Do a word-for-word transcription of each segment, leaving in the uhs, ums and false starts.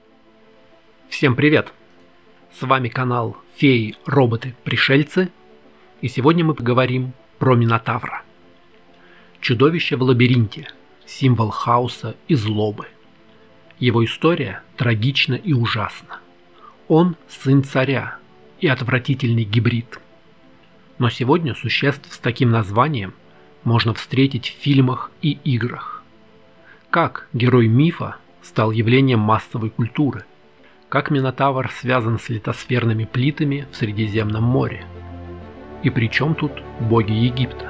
Всем привет! С вами канал Феи, Роботы, Пришельцы, и сегодня мы поговорим про Минотавра. Чудовище в лабиринте, символ хаоса и злобы. Его история трагична и ужасна. Он сын царя и отвратительный гибрид. Но сегодня существ с таким названием можно встретить в фильмах и играх. Как герой мифа стал явлением массовой культуры? Как Минотавр связан с литосферными плитами в Средиземном море? И при чем тут боги Египта?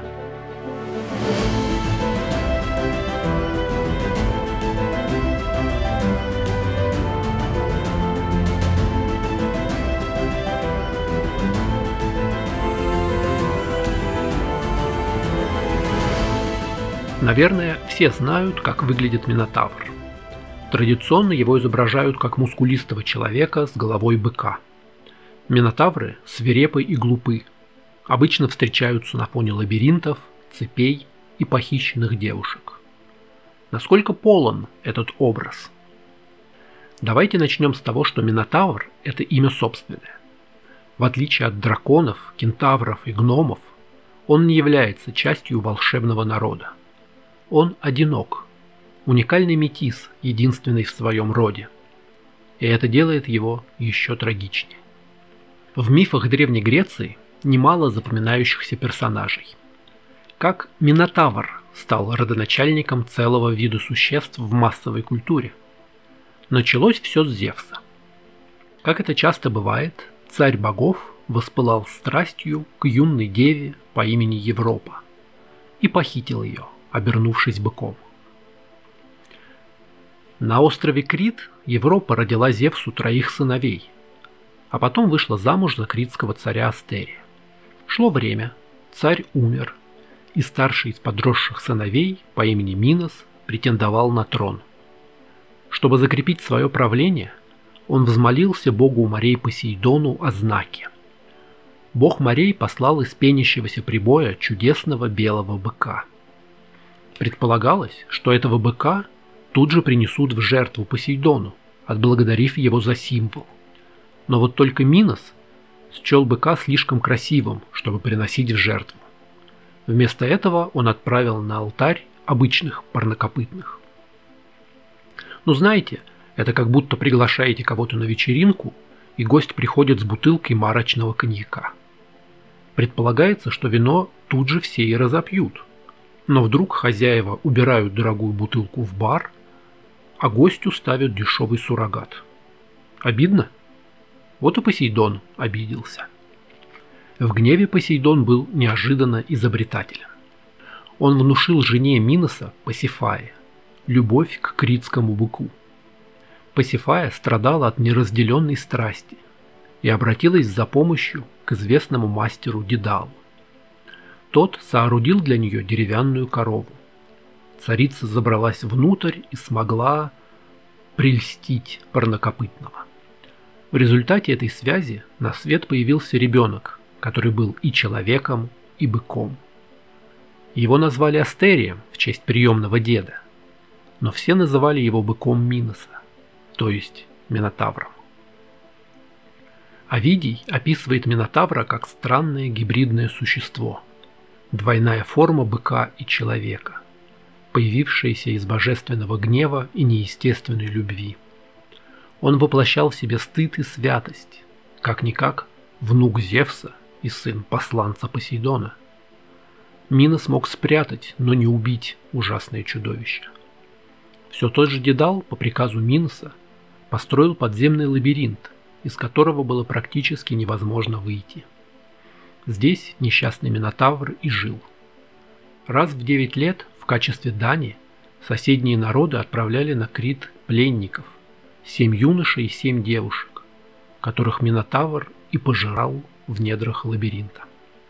Наверное, все знают, как выглядит Минотавр. Традиционно его изображают как мускулистого человека с головой быка. Минотавры свирепы и глупы. Обычно встречаются на фоне лабиринтов, цепей и похищенных девушек. Насколько полон этот образ? Давайте начнем с того, что Минотавр – это имя собственное. В отличие от драконов, кентавров и гномов, он не является частью волшебного народа. Он одинок. Уникальный метис, единственный в своем роде. И это делает его еще трагичнее. В мифах Древней Греции немало запоминающихся персонажей. Как Минотавр стал родоначальником целого вида существ в массовой культуре. Началось все с Зевса. Как это часто бывает, царь богов воспылал страстью к юной деве по имени Европа и похитил ее, обернувшись быком. На острове Крит Европа родила Зевсу троих сыновей, а потом вышла замуж за критского царя Астерия. Шло время, царь умер, и старший из подросших сыновей по имени Минос претендовал на трон. Чтобы закрепить свое правление, он взмолился богу морей Посейдону о знаке. Бог морей послал из пенящегося прибоя чудесного белого быка. Предполагалось, что этого быка тут же принесут в жертву Посейдону, отблагодарив его за символ. Но вот только Минос счел быка слишком красивым, чтобы приносить в жертву. Вместо этого он отправил на алтарь обычных парнокопытных. Ну знаете, это как будто приглашаете кого-то на вечеринку, и гость приходит с бутылкой марочного коньяка. Предполагается, что вино тут же все и разопьют. Но вдруг хозяева убирают дорогую бутылку в бар, а гостю ставят дешевый суррогат. Обидно? Вот и Посейдон обиделся. В гневе Посейдон был неожиданно изобретателен. Он внушил жене Миноса, Пасифае, любовь к критскому быку. Пасифая страдала от неразделенной страсти и обратилась за помощью к известному мастеру Дедалу. Тот соорудил для нее деревянную корову. Царица забралась внутрь и смогла прельстить парнокопытного. В результате этой связи на свет появился ребенок, который был и человеком, и быком. Его назвали Астерием в честь приемного деда, но все называли его быком Миноса, то есть Минотавром. Овидий описывает Минотавра как странное гибридное существо, двойная форма быка и человека, появившаяся из божественного гнева и неестественной любви. Он воплощал в себе стыд и святость, как-никак внук Зевса и сын посланца Посейдона. Минос мог спрятать, но не убить ужасное чудовище. Все тот же Дедал по приказу Миноса построил подземный лабиринт, из которого было практически невозможно выйти. Здесь несчастный Минотавр и жил. Раз в девять лет в качестве дани соседние народы отправляли на Крит пленников, семь юношей и семь девушек, которых Минотавр и пожирал в недрах лабиринта.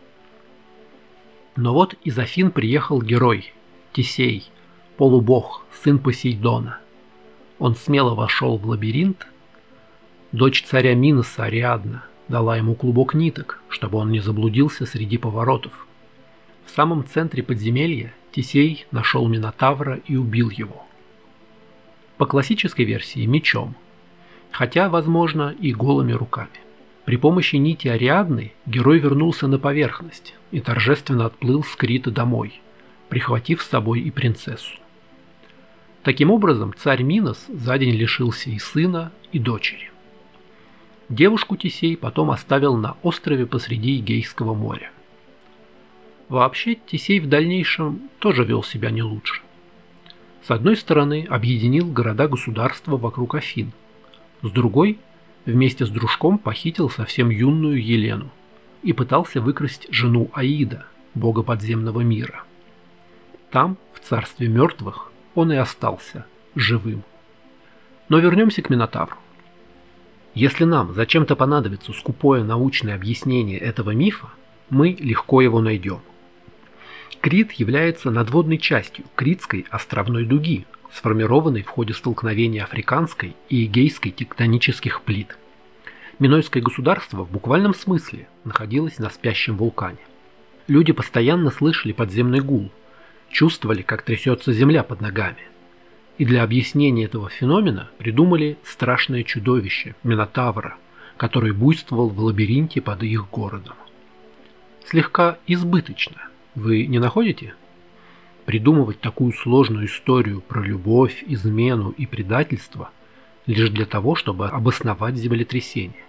Но вот из Афин приехал герой, Тесей, полубог, сын Посейдона. Он смело вошел в лабиринт. Дочь царя Миноса, Ариадна, дала ему клубок ниток, чтобы он не заблудился среди поворотов. В самом центре подземелья Тесей нашел Минотавра и убил его. По классической версии мечом, хотя, возможно, и голыми руками. При помощи нити Ариадны герой вернулся на поверхность и торжественно отплыл с Крита домой, прихватив с собой и принцессу. Таким образом, царь Минос за день лишился и сына, и дочери. Девушку Тесей потом оставил на острове посреди Эгейского моря. Вообще, Тесей в дальнейшем тоже вел себя не лучше. С одной стороны, объединил города-государства вокруг Афин, с другой, вместе с дружком похитил совсем юную Елену и пытался выкрасть жену Аида, бога подземного мира. Там, в царстве мертвых, он и остался живым. Но вернемся к Минотавру. Если нам зачем-то понадобится скупое научное объяснение этого мифа, мы легко его найдем. Крит является надводной частью Критской островной дуги, сформированной в ходе столкновения африканской и эгейской тектонических плит. Минойское государство в буквальном смысле находилось на спящем вулкане. Люди постоянно слышали подземный гул, чувствовали, как трясется земля под ногами. И для объяснения этого феномена придумали страшное чудовище Минотавра, который буйствовал в лабиринте под их городом. Слегка избыточно, вы не находите? Придумывать такую сложную историю про любовь, измену и предательство лишь для того, чтобы обосновать землетрясение.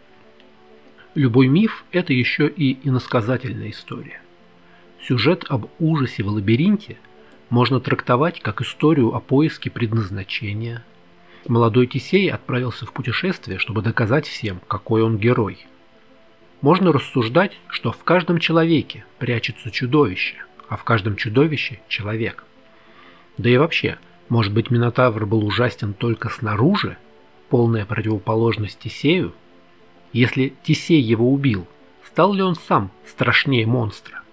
Любой миф – это еще и иносказательная история. Сюжет об ужасе в лабиринте можно трактовать как историю о поиске предназначения. Молодой Тесей отправился в путешествие, чтобы доказать всем, какой он герой. Можно рассуждать, что в каждом человеке прячется чудовище, а в каждом чудовище – человек. Да и вообще, может быть, Минотавр был ужасен только снаружи, полная противоположность Тесею? Если Тесей его убил, стал ли он сам страшнее монстра?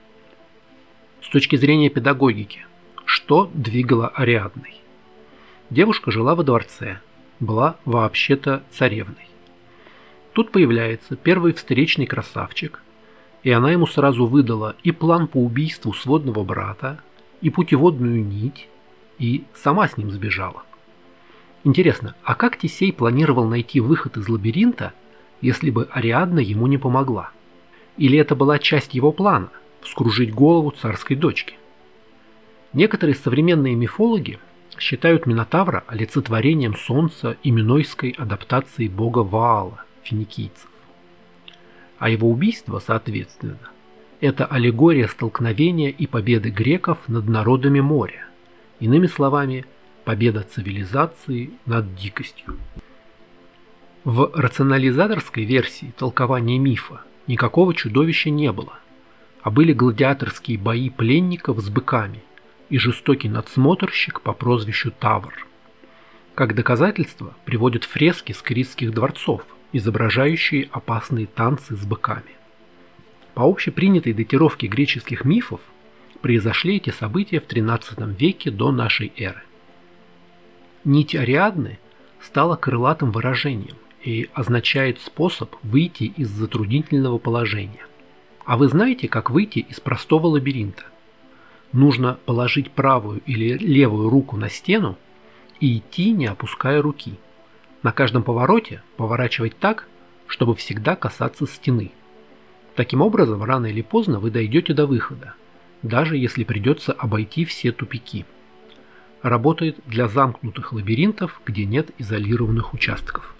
С точки зрения педагогики, что двигало Ариадной? Девушка жила во дворце, была вообще-то царевной. Тут появляется первый встречный красавчик, и она ему сразу выдала и план по убийству сводного брата, и путеводную нить, и сама с ним сбежала. Интересно, а как Тесей планировал найти выход из лабиринта, если бы Ариадна ему не помогла? Или это была часть его плана – вскружить голову царской дочки? Некоторые современные мифологи считают Минотавра олицетворением солнца и минойской адаптации бога Ваала, финикийцев. А его убийство, соответственно, это аллегория столкновения и победы греков над народами моря, иными словами, победа цивилизации над дикостью. В рационализаторской версии толкования мифа никакого чудовища не было, а были гладиаторские бои пленников с быками и жестокий надсмотрщик по прозвищу Тавр. Как доказательство приводят фрески с критских дворцов, изображающие опасные танцы с быками. По общепринятой датировке греческих мифов произошли эти события в тринадцатом веке до нашей эры. Нить Ариадны стала крылатым выражением и означает способ выйти из затруднительного положения. А вы знаете, как выйти из простого лабиринта? Нужно положить правую или левую руку на стену и идти, не опуская руки. На каждом повороте поворачивать так, чтобы всегда касаться стены. Таким образом, рано или поздно вы дойдете до выхода, даже если придется обойти все тупики. Работает для замкнутых лабиринтов, где нет изолированных участков.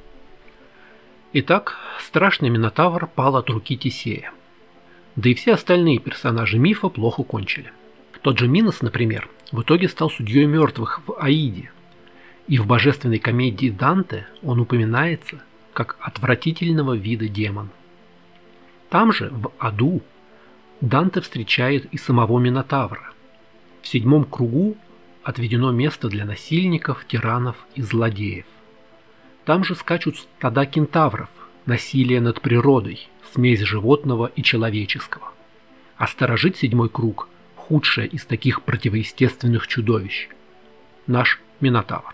Итак, страшный Минотавр пал от руки Тесея. Да и все остальные персонажи мифа плохо кончили. Тот же Минос, например, в итоге стал судьей мертвых в Аиде, и в божественной комедии Данте он упоминается как отвратительного вида демон. Там же, в аду, Данте встречает и самого Минотавра. В седьмом кругу отведено место для насильников, тиранов и злодеев. Там же скачут стада кентавров, насилие над природой, смесь животного и человеческого. А сторожит седьмой круг – худшее из таких противоестественных чудовищ – наш Минотавр.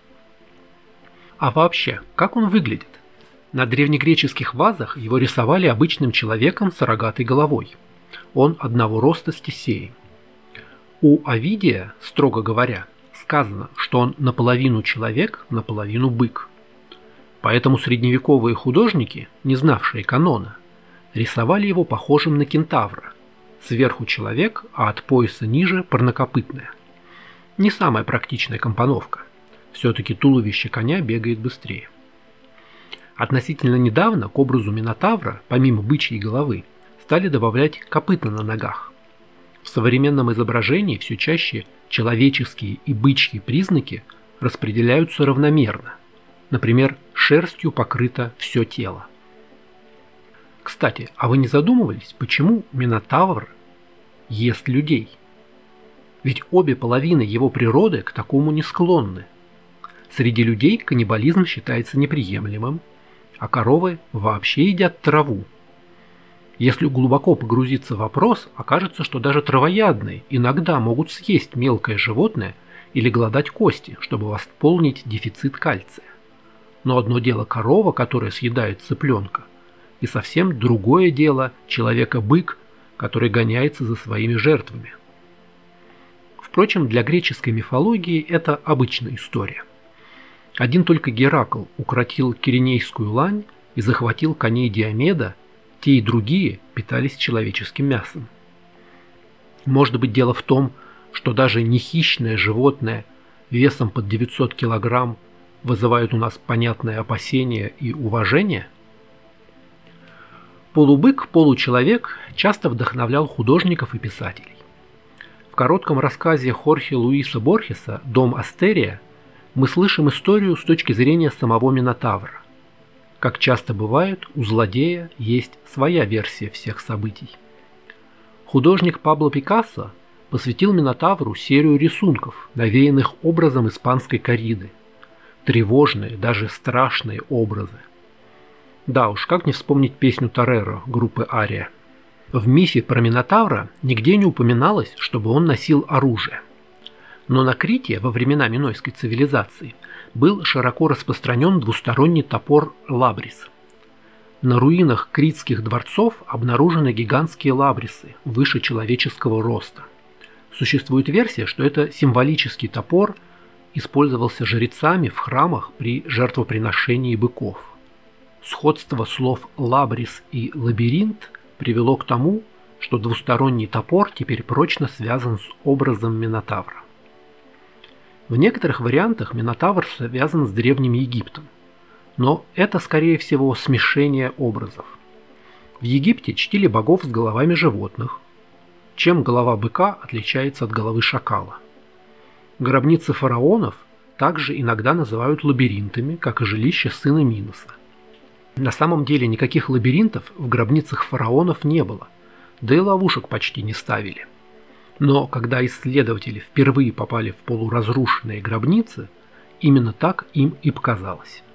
А вообще, как он выглядит? На древнегреческих вазах его рисовали обычным человеком с рогатой головой. Он одного роста с Тесеем. У Овидия, строго говоря, сказано, что он наполовину человек, наполовину бык. Поэтому средневековые художники, не знавшие канона, рисовали его похожим на кентавра. Сверху человек, а от пояса ниже парнокопытное. Не самая практичная компоновка. Все-таки туловище коня бегает быстрее. Относительно недавно к образу Минотавра, помимо бычьей головы, стали добавлять копыта на ногах. В современном изображении все чаще человеческие и бычьи признаки распределяются равномерно. Например, шерстью покрыто все тело. Кстати, а вы не задумывались, почему Минотавр ест людей? Ведь обе половины его природы к такому не склонны. Среди людей каннибализм считается неприемлемым, а коровы вообще едят траву. Если глубоко погрузиться в вопрос, окажется, что даже травоядные иногда могут съесть мелкое животное или глодать кости, чтобы восполнить дефицит кальция. Но одно дело корова, которая съедает цыпленка, и совсем другое дело человека-бык, который гоняется за своими жертвами. Впрочем, для греческой мифологии это обычная история. Один только Геракл укротил Киренейскую лань и захватил коней Диомеда, те и другие питались человеческим мясом. Может быть, дело в том, что даже не хищное животное весом под девятьсот килограмм вызывает у нас понятное опасение и уважение? Полубык, получеловек часто вдохновлял художников и писателей. В коротком рассказе Хорхе Луиса Борхеса «Дом Астерия» мы слышим историю с точки зрения самого Минотавра. Как часто бывает, у злодея есть своя версия всех событий. Художник Пабло Пикассо посвятил Минотавру серию рисунков, навеянных образом испанской корриды. Тревожные, даже страшные образы. Да уж, как не вспомнить песню Тореро группы Ария. В мифе про Минотавра нигде не упоминалось, чтобы он носил оружие. Но на Крите во времена минойской цивилизации был широко распространен двусторонний топор лабрис. На руинах критских дворцов обнаружены гигантские лабрисы выше человеческого роста. Существует версия, что это символический топор использовался жрецами в храмах при жертвоприношении быков. Сходство слов «лабрис» и «лабиринт» привело к тому, что двусторонний топор теперь прочно связан с образом Минотавра. В некоторых вариантах Минотавр связан с Древним Египтом, но это, скорее всего, смешение образов. В Египте чтили богов с головами животных, чем голова быка отличается от головы шакала. Гробницы фараонов также иногда называют лабиринтами, как и жилище сына Миноса. На самом деле никаких лабиринтов в гробницах фараонов не было, да и ловушек почти не ставили. Но когда исследователи впервые попали в полуразрушенные гробницы, именно так им и показалось.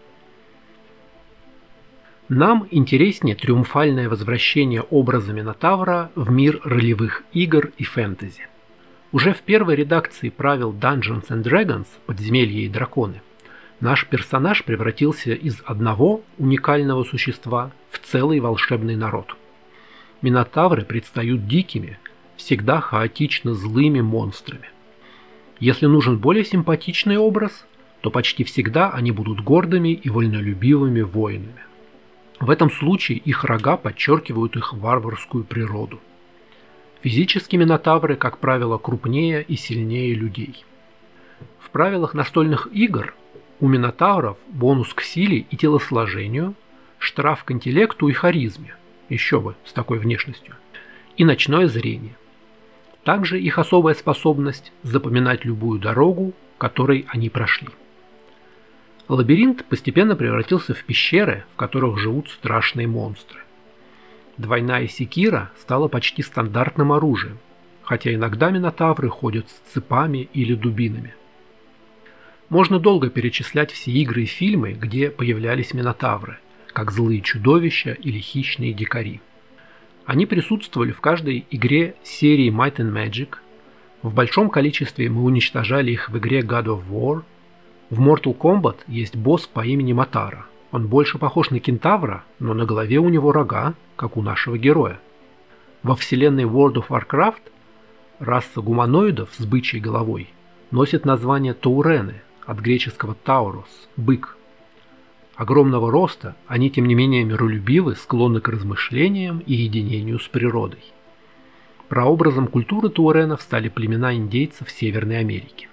Нам интереснее триумфальное возвращение образа Минотавра в мир ролевых игр и фэнтези. Уже в первой редакции правил Dungeons and Dragons «Подземелья и драконы» наш персонаж превратился из одного уникального существа в целый волшебный народ. Минотавры предстают дикими, всегда хаотично злыми монстрами. Если нужен более симпатичный образ, то почти всегда они будут гордыми и вольнолюбивыми воинами. В этом случае их рога подчеркивают их варварскую природу. Физически минотавры, как правило, крупнее и сильнее людей. В правилах настольных игр у минотавров бонус к силе и телосложению, штраф к интеллекту и харизме, еще бы с такой внешностью, и ночное зрение. Также их особая способность запоминать любую дорогу, которой они прошли. Лабиринт постепенно превратился в пещеры, в которых живут страшные монстры. Двойная секира стала почти стандартным оружием, хотя иногда минотавры ходят с цепами или дубинами. Можно долго перечислять все игры и фильмы, где появлялись минотавры, как злые чудовища или хищные дикари. Они присутствовали в каждой игре серии Might and Magic, в большом количестве мы уничтожали их в игре God of War. В Mortal Kombat есть босс по имени Матара. Он больше похож на кентавра, но на голове у него рога, как у нашего героя. Во вселенной World of Warcraft раса гуманоидов с бычьей головой носит название Таурены, от греческого Таурос – бык. Огромного роста, они тем не менее миролюбивы, склонны к размышлениям и единению с природой. Прообразом культуры туаренов стали племена индейцев Северной Америки.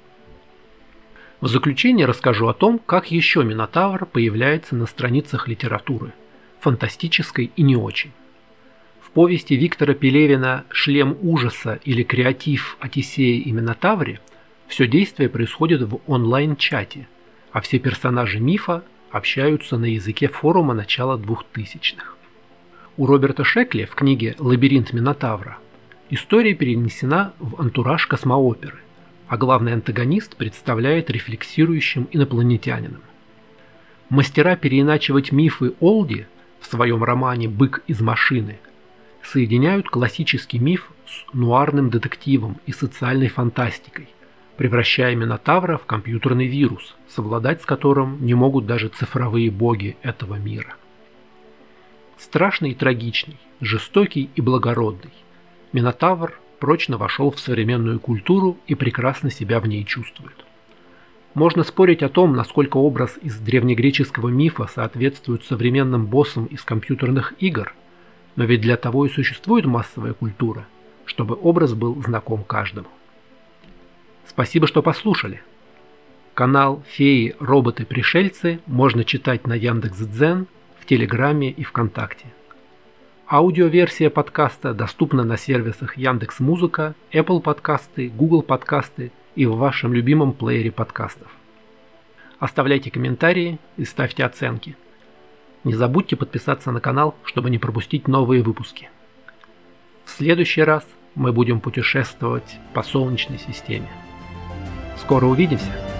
В заключение расскажу о том, как еще Минотавр появляется на страницах литературы, фантастической и не очень. В повести Виктора Пелевина «Шлем ужаса» или «Креатив о Тесее и Минотавре» все действие происходит в онлайн-чате, а все персонажи мифа общаются на языке форума начала двухтысячных. У Роберта Шекли в книге «Лабиринт Минотавра» история перенесена в антураж космооперы, а главный антагонист представляет рефлексирующим инопланетянином. Мастера переиначивать мифы Олди в своем романе «Бык из машины» соединяют классический миф с нуарным детективом и социальной фантастикой, превращая Минотавра в компьютерный вирус, совладать с которым не могут даже цифровые боги этого мира. Страшный и трагичный, жестокий и благородный, Минотавр прочно вошел в современную культуру и прекрасно себя в ней чувствует. Можно спорить о том, насколько образ из древнегреческого мифа соответствует современным боссам из компьютерных игр, но ведь для того и существует массовая культура, чтобы образ был знаком каждому. Спасибо, что послушали. Канал «Феи, роботы, пришельцы» можно читать на Яндекс.Дзен, в Телеграме и ВКонтакте. Аудиоверсия подкаста доступна на сервисах Яндекс.Музыка, Apple подкасты, Google подкасты и в вашем любимом плеере подкастов. Оставляйте комментарии и ставьте оценки. Не забудьте подписаться на канал, чтобы не пропустить новые выпуски. В следующий раз мы будем путешествовать по Солнечной системе. Скоро увидимся!